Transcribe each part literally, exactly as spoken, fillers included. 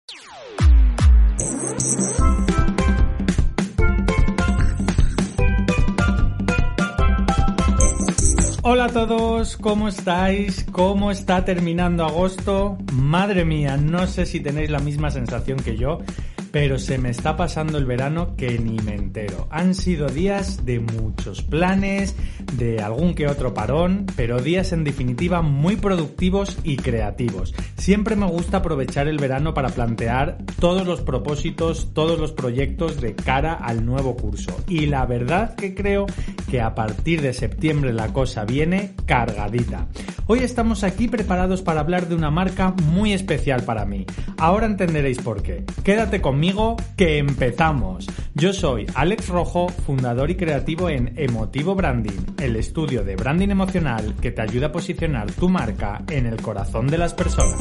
Hola a todos, ¿cómo estáis? ¿Cómo está terminando agosto? Madre mía, no sé si tenéis la misma sensación que yo, pero se me está pasando el verano que ni me entero. Han sido días de muchos planes, de algún que otro parón, pero días en definitiva muy productivos y creativos. Siempre me gusta aprovechar el verano para plantear todos los propósitos, todos los proyectos de cara al nuevo curso. Y la verdad que creo que a partir de septiembre la cosa viene cargadita. Hoy estamos aquí preparados para hablar de una marca muy especial para mí. Ahora entenderéis por qué. Quédate conmigo que empezamos. Yo soy Alex Rojo, fundador y creativo en Emotivo Branding, el estudio de branding emocional que te ayuda a posicionar tu marca en el corazón de las personas.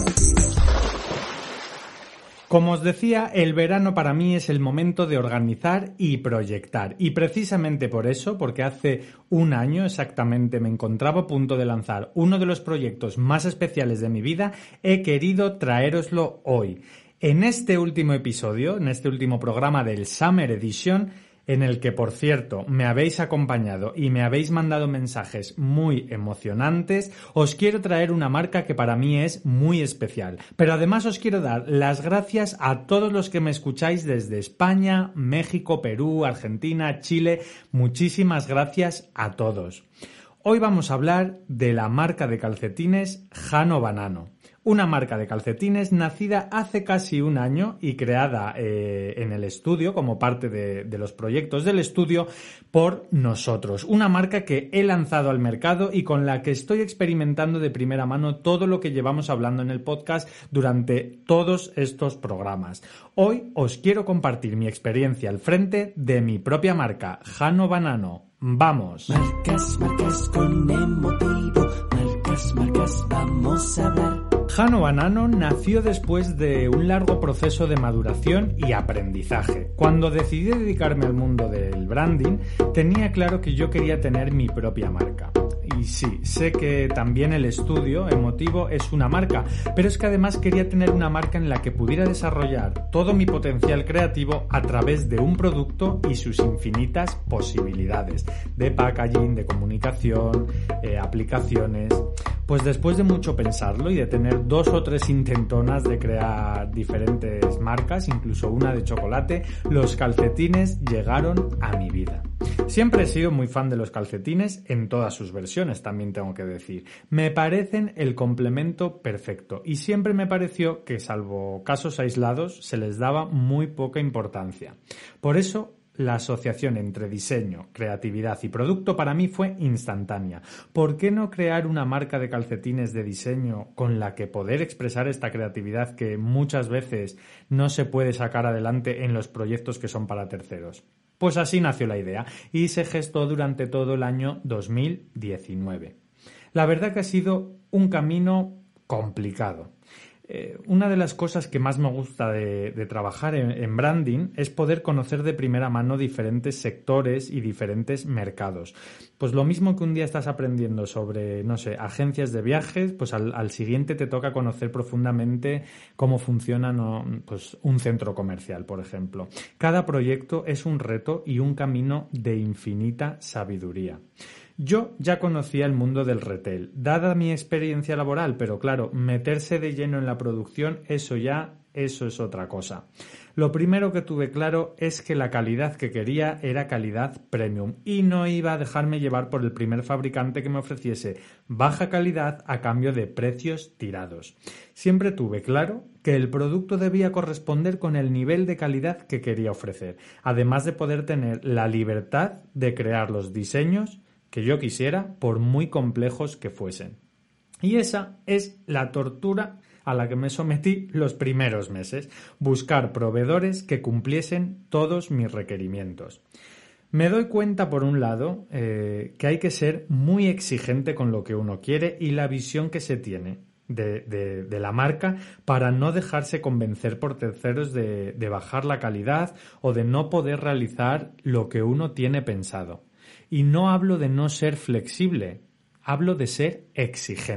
Como os decía, el verano para mí es el momento de organizar y proyectar. Y precisamente por eso, porque hace un año exactamente me encontraba a punto de lanzar uno de los proyectos más especiales de mi vida, he querido traéroslo hoy. En este último episodio, en este último programa del Summer Edition, en el que, por cierto, me habéis acompañado y me habéis mandado mensajes muy emocionantes, os quiero traer una marca que para mí es muy especial. Pero además os quiero dar las gracias a todos los que me escucháis desde España, México, Perú, Argentina, Chile. Muchísimas gracias a todos. Hoy vamos a hablar de la marca de calcetines Jano Banano. Una marca de calcetines nacida hace casi un año y creada eh, en el estudio, como parte de, de los proyectos del estudio, por nosotros. Una marca que he lanzado al mercado y con la que estoy experimentando de primera mano todo lo que llevamos hablando en el podcast durante todos estos programas. Hoy os quiero compartir mi experiencia al frente de mi propia marca, Jano Banano. ¡Vamos! Marcas, marcas con emotivo, marcas, marcas, vamos a hablar. Jano Banano nació después de un largo proceso de maduración y aprendizaje. Cuando decidí dedicarme al mundo del branding, tenía claro que yo quería tener mi propia marca. Y sí, sé que también el estudio Emotivo es una marca, pero es que además quería tener una marca en la que pudiera desarrollar todo mi potencial creativo a través de un producto y sus infinitas posibilidades de packaging, de comunicación, eh, aplicaciones. Pues después de mucho pensarlo y de tener dos o tres intentonas de crear diferentes marcas, incluso una de chocolate, los calcetines llegaron a mi vida. Siempre he sido muy fan de los calcetines en todas sus versiones, también tengo que decir. Me parecen el complemento perfecto y siempre me pareció que, salvo casos aislados, se les daba muy poca importancia. Por eso, la asociación entre diseño, creatividad y producto para mí fue instantánea. ¿Por qué no crear una marca de calcetines de diseño con la que poder expresar esta creatividad que muchas veces no se puede sacar adelante en los proyectos que son para terceros? Pues así nació la idea y se gestó durante todo el año dos mil diecinueve. La verdad que ha sido un camino complicado. Eh, una de las cosas que más me gusta de, de trabajar en, en branding es poder conocer de primera mano diferentes sectores y diferentes mercados. Pues lo mismo que un día estás aprendiendo sobre, no sé, agencias de viajes, pues al, al siguiente te toca conocer profundamente cómo funciona, ¿no? Pues un centro comercial, por ejemplo. Cada proyecto es un reto y un camino de infinita sabiduría. Yo ya conocía el mundo del retail, dada mi experiencia laboral, pero claro, meterse de lleno en la producción, eso ya, eso es otra cosa. Lo primero que tuve claro es que la calidad que quería era calidad premium y no iba a dejarme llevar por el primer fabricante que me ofreciese baja calidad a cambio de precios tirados. Siempre tuve claro que el producto debía corresponder con el nivel de calidad que quería ofrecer, además de poder tener la libertad de crear los diseños que yo quisiera, por muy complejos que fuesen. Y esa es la tortura a la que me sometí los primeros meses, buscar proveedores que cumpliesen todos mis requerimientos. Me doy cuenta, por un lado, eh, que hay que ser muy exigente con lo que uno quiere y la visión que se tiene de, de, de la marca para no dejarse convencer por terceros de, de bajar la calidad o de no poder realizar lo que uno tiene pensado. Y no hablo de no ser flexible, hablo de ser exigente.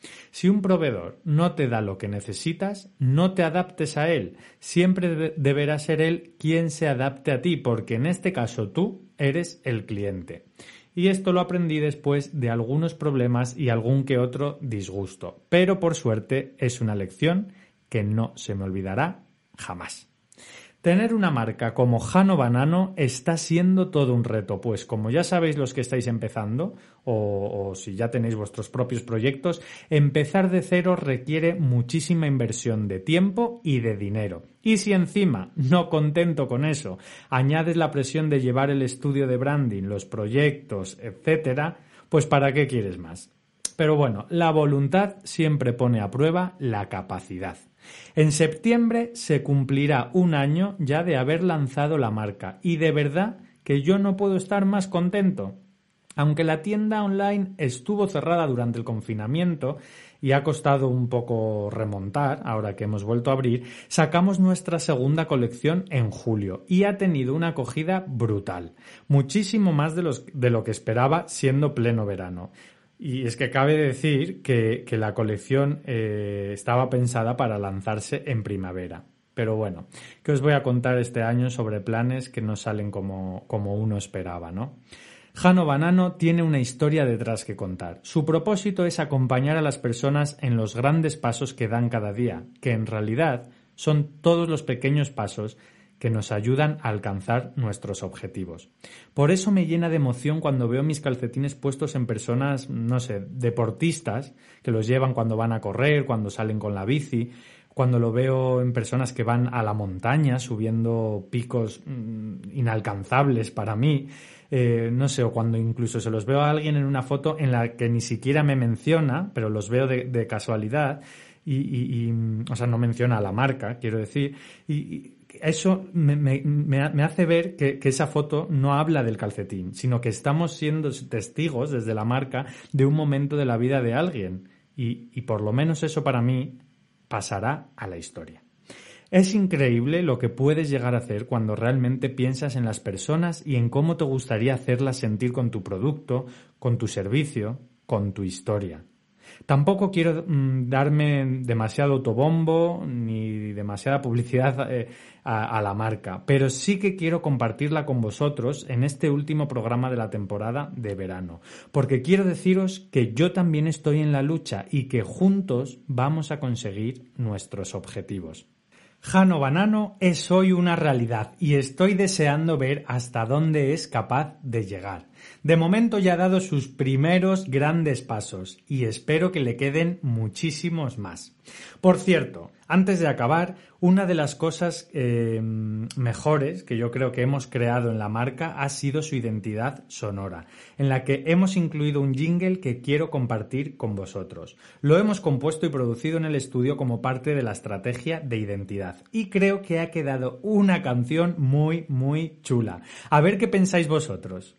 Si un proveedor no te da lo que necesitas, no te adaptes a él. Siempre deberá ser él quien se adapte a ti, porque en este caso tú eres el cliente. Y esto lo aprendí después de algunos problemas y algún que otro disgusto. Pero por suerte es una lección que no se me olvidará jamás. Tener una marca como Jano Banano está siendo todo un reto, pues como ya sabéis los que estáis empezando, o, o si ya tenéis vuestros propios proyectos, empezar de cero requiere muchísima inversión de tiempo y de dinero. Y si encima, no contento con eso, añades la presión de llevar el estudio de branding, los proyectos, etcétera, pues ¿para qué quieres más? Pero bueno, la voluntad siempre pone a prueba la capacidad. En septiembre se cumplirá un año ya de haber lanzado la marca y de verdad que yo no puedo estar más contento. Aunque la tienda online estuvo cerrada durante el confinamiento y ha costado un poco remontar, ahora que hemos vuelto a abrir, sacamos nuestra segunda colección en julio y ha tenido una acogida brutal, muchísimo más de, los, de lo que esperaba siendo pleno verano. Y es que cabe decir que, que la colección eh, estaba pensada para lanzarse en primavera. Pero bueno, ¿qué os voy a contar este año sobre planes que no salen como, como uno esperaba, ¿no? Jano Banano tiene una historia detrás que contar. Su propósito es acompañar a las personas en los grandes pasos que dan cada día, que en realidad son todos los pequeños pasos que nos ayudan a alcanzar nuestros objetivos. Por eso me llena de emoción cuando veo mis calcetines puestos en personas, no sé, deportistas, que los llevan cuando van a correr, cuando salen con la bici, cuando lo veo en personas que van a la montaña subiendo picos mmm, inalcanzables para mí, eh, no sé, o cuando incluso se los veo a alguien en una foto en la que ni siquiera me menciona, pero los veo de, de casualidad, y, y, y, o sea, no menciona a la marca, quiero decir, y, y eso me, me, me hace ver que, que esa foto no habla del calcetín, sino que estamos siendo testigos desde la marca de un momento de la vida de alguien. Y, y por lo menos eso para mí pasará a la historia. Es increíble lo que puedes llegar a hacer cuando realmente piensas en las personas y en cómo te gustaría hacerlas sentir con tu producto, con tu servicio, con tu historia. Tampoco quiero mm, darme demasiado autobombo ni demasiada publicidad eh, a, a la marca, pero sí que quiero compartirla con vosotros en este último programa de la temporada de verano, porque quiero deciros que yo también estoy en la lucha y que juntos vamos a conseguir nuestros objetivos. Jano Banano es hoy una realidad y estoy deseando ver hasta dónde es capaz de llegar. De momento ya ha dado sus primeros grandes pasos y espero que le queden muchísimos más. Por cierto, antes de acabar, una de las cosas eh, mejores que yo creo que hemos creado en la marca ha sido su identidad sonora, en la que hemos incluido un jingle que quiero compartir con vosotros. Lo hemos compuesto y producido en el estudio como parte de la estrategia de identidad y creo que ha quedado una canción muy, muy chula. A ver qué pensáis vosotros.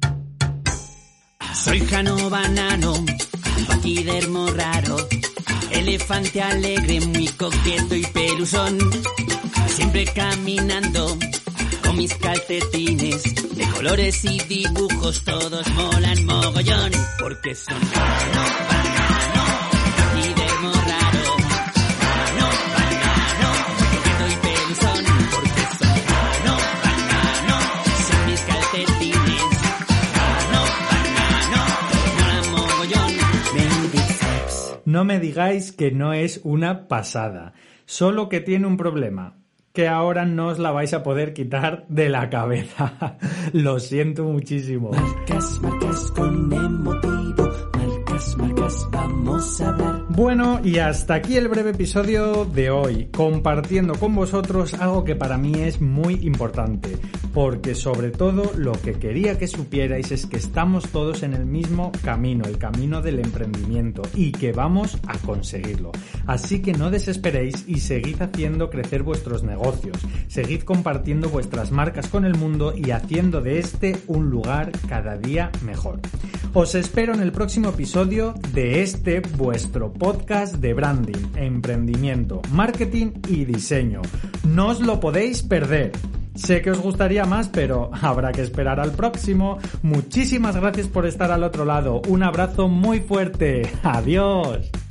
Soy Jano Banano, paquidermo raro, elefante alegre, muy coqueto y peluzón, siempre caminando con mis calcetines de colores y dibujos, todos molan mogollón, porque son Jano Banano, paquidermo raro, Jano Banano, coqueto y peluzón, porque son Jano Banano, son mis calcetines. No me digáis que no es una pasada, solo que tiene un problema, que ahora no os la vais a poder quitar de la cabeza. Lo siento muchísimo. Marcas, marcas con emotivo, marcas, marcas, vamos a hablar. Bueno, y hasta aquí el breve episodio de hoy, compartiendo con vosotros algo que para mí es muy importante, porque sobre todo lo que quería que supierais es que estamos todos en el mismo camino, el camino del emprendimiento, y que vamos a conseguirlo. Así que no desesperéis y seguid haciendo crecer vuestros negocios, seguid compartiendo vuestras marcas con el mundo y haciendo de este un lugar cada día mejor. Os espero en el próximo episodio de este vuestro podcast de branding, emprendimiento, marketing y diseño. No os lo podéis perder. Sé que os gustaría más, pero habrá que esperar al próximo. Muchísimas gracias por estar al otro lado. Un abrazo muy fuerte. Adiós.